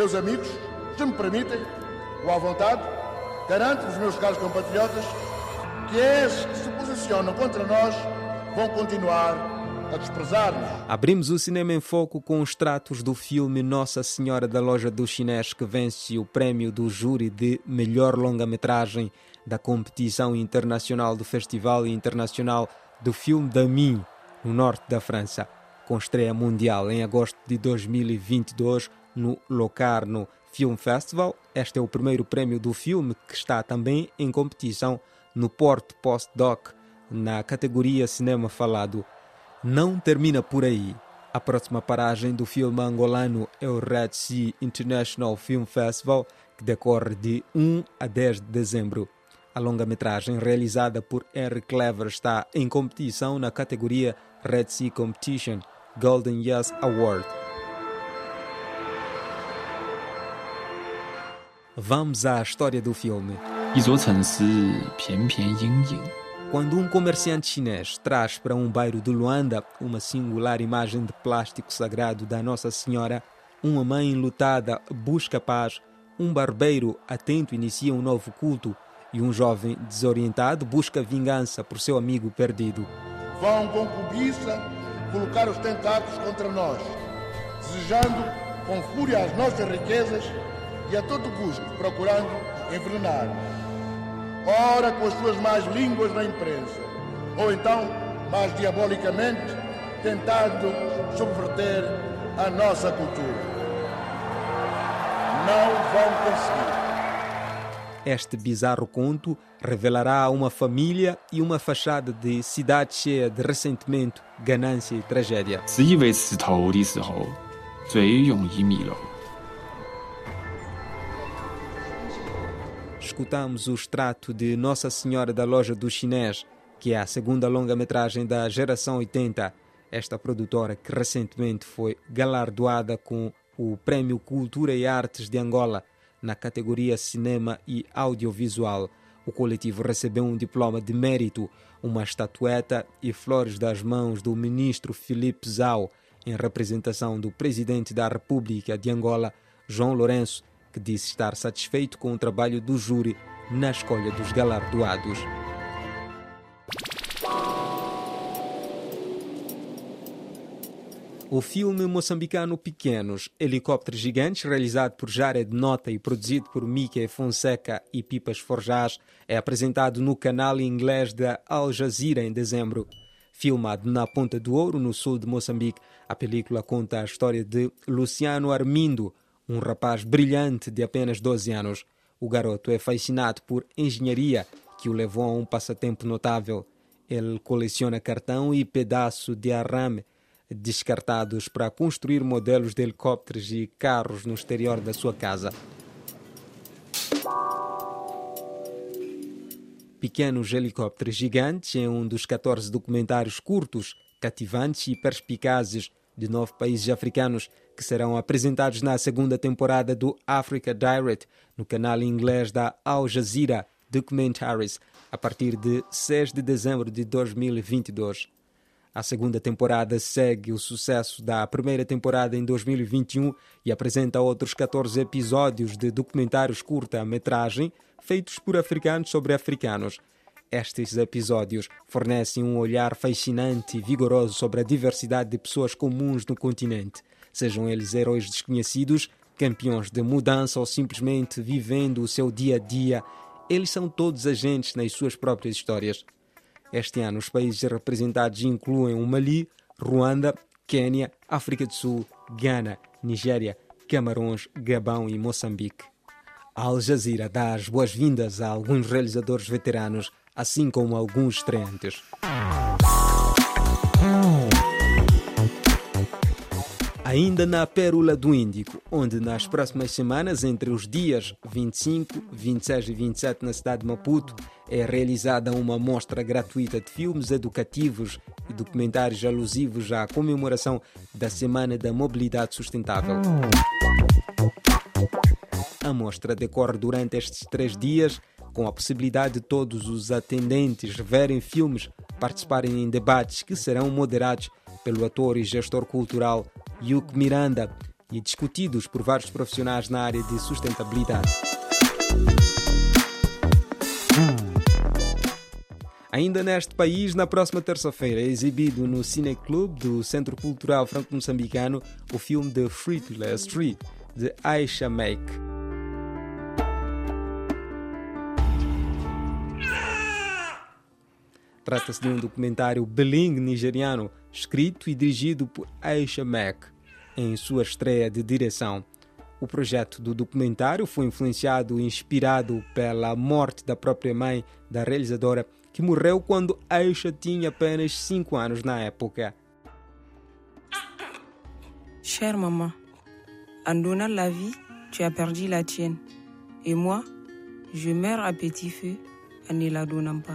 Meus amigos, se me permitem, ou à vontade, garanto-vos, meus caros compatriotas, que esses que se posicionam contra nós vão continuar a desprezar-nos. Abrimos o Cinema em Foco com os tratos do filme Nossa Senhora da Loja do Chinês, que vence o prémio do júri de melhor longa-metragem da competição internacional do Festival Internacional do Filme d'Amiens, no norte da França, com estreia mundial em agosto de 2022 no Locarno Film Festival. Este é o primeiro prémio do filme, que está também em competição no Porto Postdoc, na categoria Cinema Falado. Não termina por aí. A próxima paragem do filme angolano é o Red Sea International Film Festival, que decorre de 1 a 10 de dezembro. A longa-metragem realizada por Henry Clever está em competição na categoria Red Sea Competition Golden Yes Award. Vamos à história do filme. Quando um comerciante chinês traz para um bairro de Luanda uma singular imagem de plástico sagrado da Nossa Senhora, uma mãe enlutada busca paz, um barbeiro atento inicia um novo culto e um jovem desorientado busca vingança por seu amigo perdido. Vão com cobiça colocar os tentáculos contra nós, desejando com fúria as nossas riquezas e a todo custo procurando envenenar. Ora com as suas más línguas na imprensa, ou então, mais diabolicamente, tentando subverter a nossa cultura. Não vão conseguir. Este bizarro conto revelará uma família e uma fachada de cidade cheia de ressentimento, ganância e tragédia. Escutamos o extrato de Nossa Senhora da Loja do Chinês, que é a segunda longa-metragem da geração 80. Esta produtora, que recentemente foi galardoada com o Prémio Cultura e Artes de Angola na categoria Cinema e Audiovisual. O coletivo recebeu um diploma de mérito, uma estatueta e flores das mãos do ministro Filipe Zau, em representação do presidente da República de Angola, João Lourenço, que disse estar satisfeito com o trabalho do júri na escolha dos galardoados. O filme moçambicano Pequenos, Helicópteros Gigantes, realizado por Jared Nota e produzido por Mickey Fonseca e Pipas Forjás, é apresentado no canal inglês da Al Jazeera em dezembro. Filmado na Ponta do Ouro, no sul de Moçambique, a película conta a história de Luciano Armindo, um rapaz brilhante de apenas 12 anos. O garoto é fascinado por engenharia, que o levou a um passatempo notável. Ele coleciona cartão e pedaço de arame descartados para construir modelos de helicópteros e carros no exterior da sua casa. Pequenos Helicópteros Gigantes é um dos 14 documentários curtos, cativantes e perspicazes de 9 países africanos que serão apresentados na segunda temporada do Africa Direct no canal inglês da Al Jazeera Documentaries a partir de 6 de dezembro de 2022. A segunda temporada segue o sucesso da primeira temporada em 2021 e apresenta outros 14 episódios de documentários curta-metragem feitos por africanos sobre africanos. Estes episódios fornecem um olhar fascinante e vigoroso sobre a diversidade de pessoas comuns no continente, sejam eles heróis desconhecidos, campeões de mudança ou simplesmente vivendo o seu dia-a-dia. Eles são todos agentes nas suas próprias histórias. Este ano, os países representados incluem o Mali, Ruanda, Quênia, África do Sul, Gana, Nigéria, Camarões, Gabão e Moçambique. A Al Jazeera dá as boas-vindas a alguns realizadores veteranos, assim como alguns estreantes. Ainda na Pérola do Índico, onde nas próximas semanas, entre os dias 25, 26 e 27 na cidade de Maputo, é realizada uma mostra gratuita de filmes educativos e documentários alusivos à comemoração da Semana da Mobilidade Sustentável. A mostra decorre durante estes 3 dias, com a possibilidade de todos os atendentes verem filmes, participarem em debates que serão moderados pelo ator e gestor cultural Yuke Miranda e discutidos por vários profissionais na área de sustentabilidade. Ainda neste país, na próxima terça-feira, é exibido no Cineclube do Centro Cultural Franco-Moçambicano o filme The Fruitless Tree, de Aisha Make. Trata-se de um documentário bilingue nigeriano, escrito e dirigido por Aisha Make, em sua estreia de direção. O projeto do documentário foi influenciado e inspirado pela morte da própria mãe da realizadora, que morreu quando Aisha tinha apenas 5 anos na época. Chère maman, en donnant la vie, tu as perdu la tienne. Et moi, je meurs à petit feu en ne la donnant pas.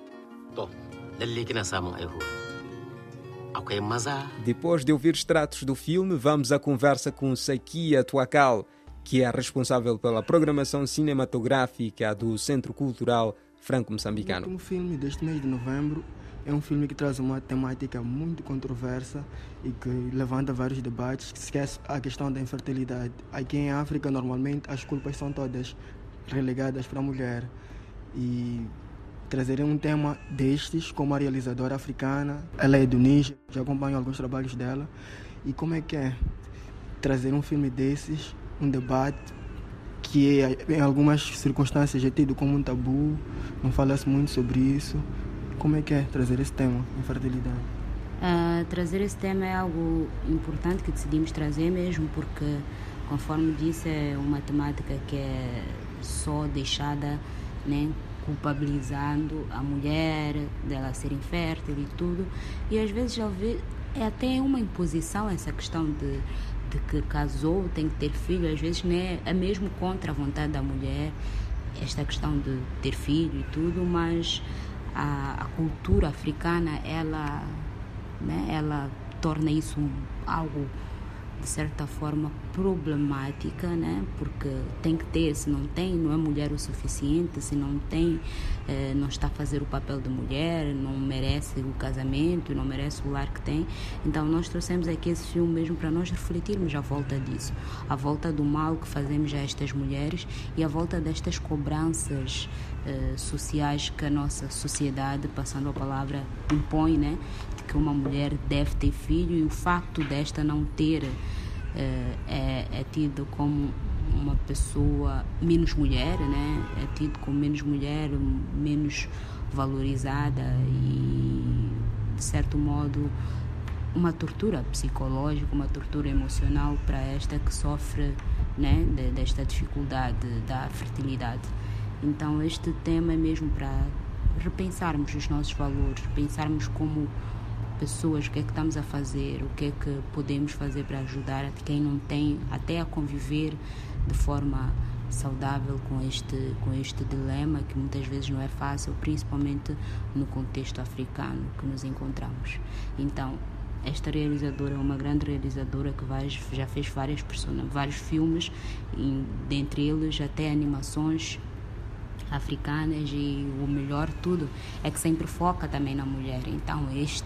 Depois de ouvir extratos do filme, vamos à conversa com Sakia Tuakal, que é responsável pela programação cinematográfica do Centro Cultural Franco-Moçambicano. O filme deste mês de novembro é um filme que traz uma temática muito controversa e que levanta vários debates, que esquece a questão da infertilidade. Aqui em África, normalmente, as culpas são todas relegadas para a mulher. E trazer um tema destes com uma realizadora africana, ela é do Níger, já acompanho alguns trabalhos dela. E como é que é trazer um filme desses, um debate que em algumas circunstâncias é tido como um tabu, não fala-se muito sobre isso. Como é que é trazer esse tema, infertilidade? Trazer esse tema é algo importante que decidimos trazer mesmo, porque, conforme disse, é uma temática que é só deixada, né, culpabilizando a mulher dela ser infértil e tudo. E às vezes é até uma imposição essa questão de que casou, tem que ter filho, às vezes né, é mesmo contra a vontade da mulher, esta questão de ter filho e tudo, mas a cultura africana, ela torna isso algo, de certa forma, problemática, né? Porque tem que ter, se não tem, não é mulher o suficiente, se não tem, não está a fazer o papel de mulher, não merece o casamento, não merece o lar que tem. Então nós trouxemos aqui esse filme mesmo para nós refletirmos à volta disso, à volta do mal que fazemos a estas mulheres e à volta destas cobranças sociais que a nossa sociedade, passando a palavra, impõe, né? Que uma mulher deve ter filho, e o facto desta não ter é tido como uma pessoa menos mulher, né? É tido como menos mulher, menos valorizada e, de certo modo, uma tortura psicológica, uma tortura emocional para esta que sofre, né, desta dificuldade da fertilidade. Então este tema é mesmo para repensarmos os nossos valores, pensarmos como pessoas, o que é que estamos a fazer, o que é que podemos fazer para ajudar quem não tem, até a conviver de forma saudável com este dilema, que muitas vezes não é fácil, principalmente no contexto africano que nos encontramos. Então, esta realizadora é uma grande realizadora que já fez vários filmes, e dentre eles até animações africanas, e o melhor tudo é que sempre foca também na mulher. Então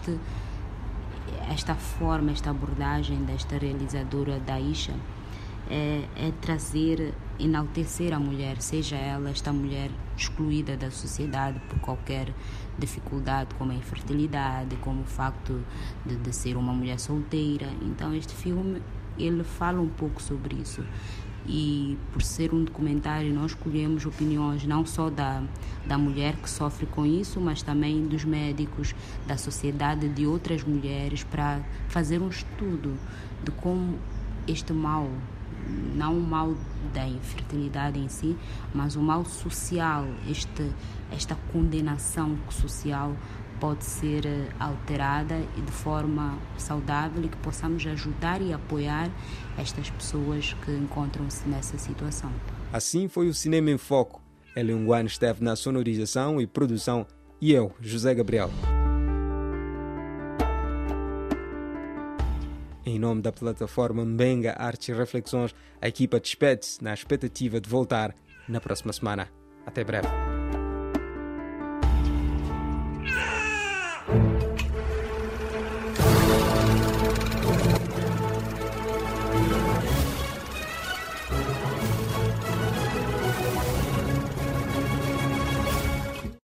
esta forma, esta abordagem desta realizadora da Aisha é trazer, enaltecer a mulher, seja ela esta mulher excluída da sociedade por qualquer dificuldade, como a infertilidade, como o facto de ser uma mulher solteira. Então este filme, ele fala um pouco sobre isso. E por ser um documentário, nós escolhemos opiniões não só da mulher que sofre com isso, mas também dos médicos, da sociedade, de outras mulheres, para fazer um estudo de como este mal, não o mal da infertilidade em si, mas o mal social, esta condenação social pode ser alterada e de forma saudável, e que possamos ajudar e apoiar estas pessoas que encontram-se nessa situação. Assim foi o Cinema em Foco. Eliunguane esteve na sonorização e produção, e eu, José Gabriel. Em nome da plataforma Mbenga Artes e Reflexões, a equipa despede-se na expectativa de voltar na próxima semana. Até breve.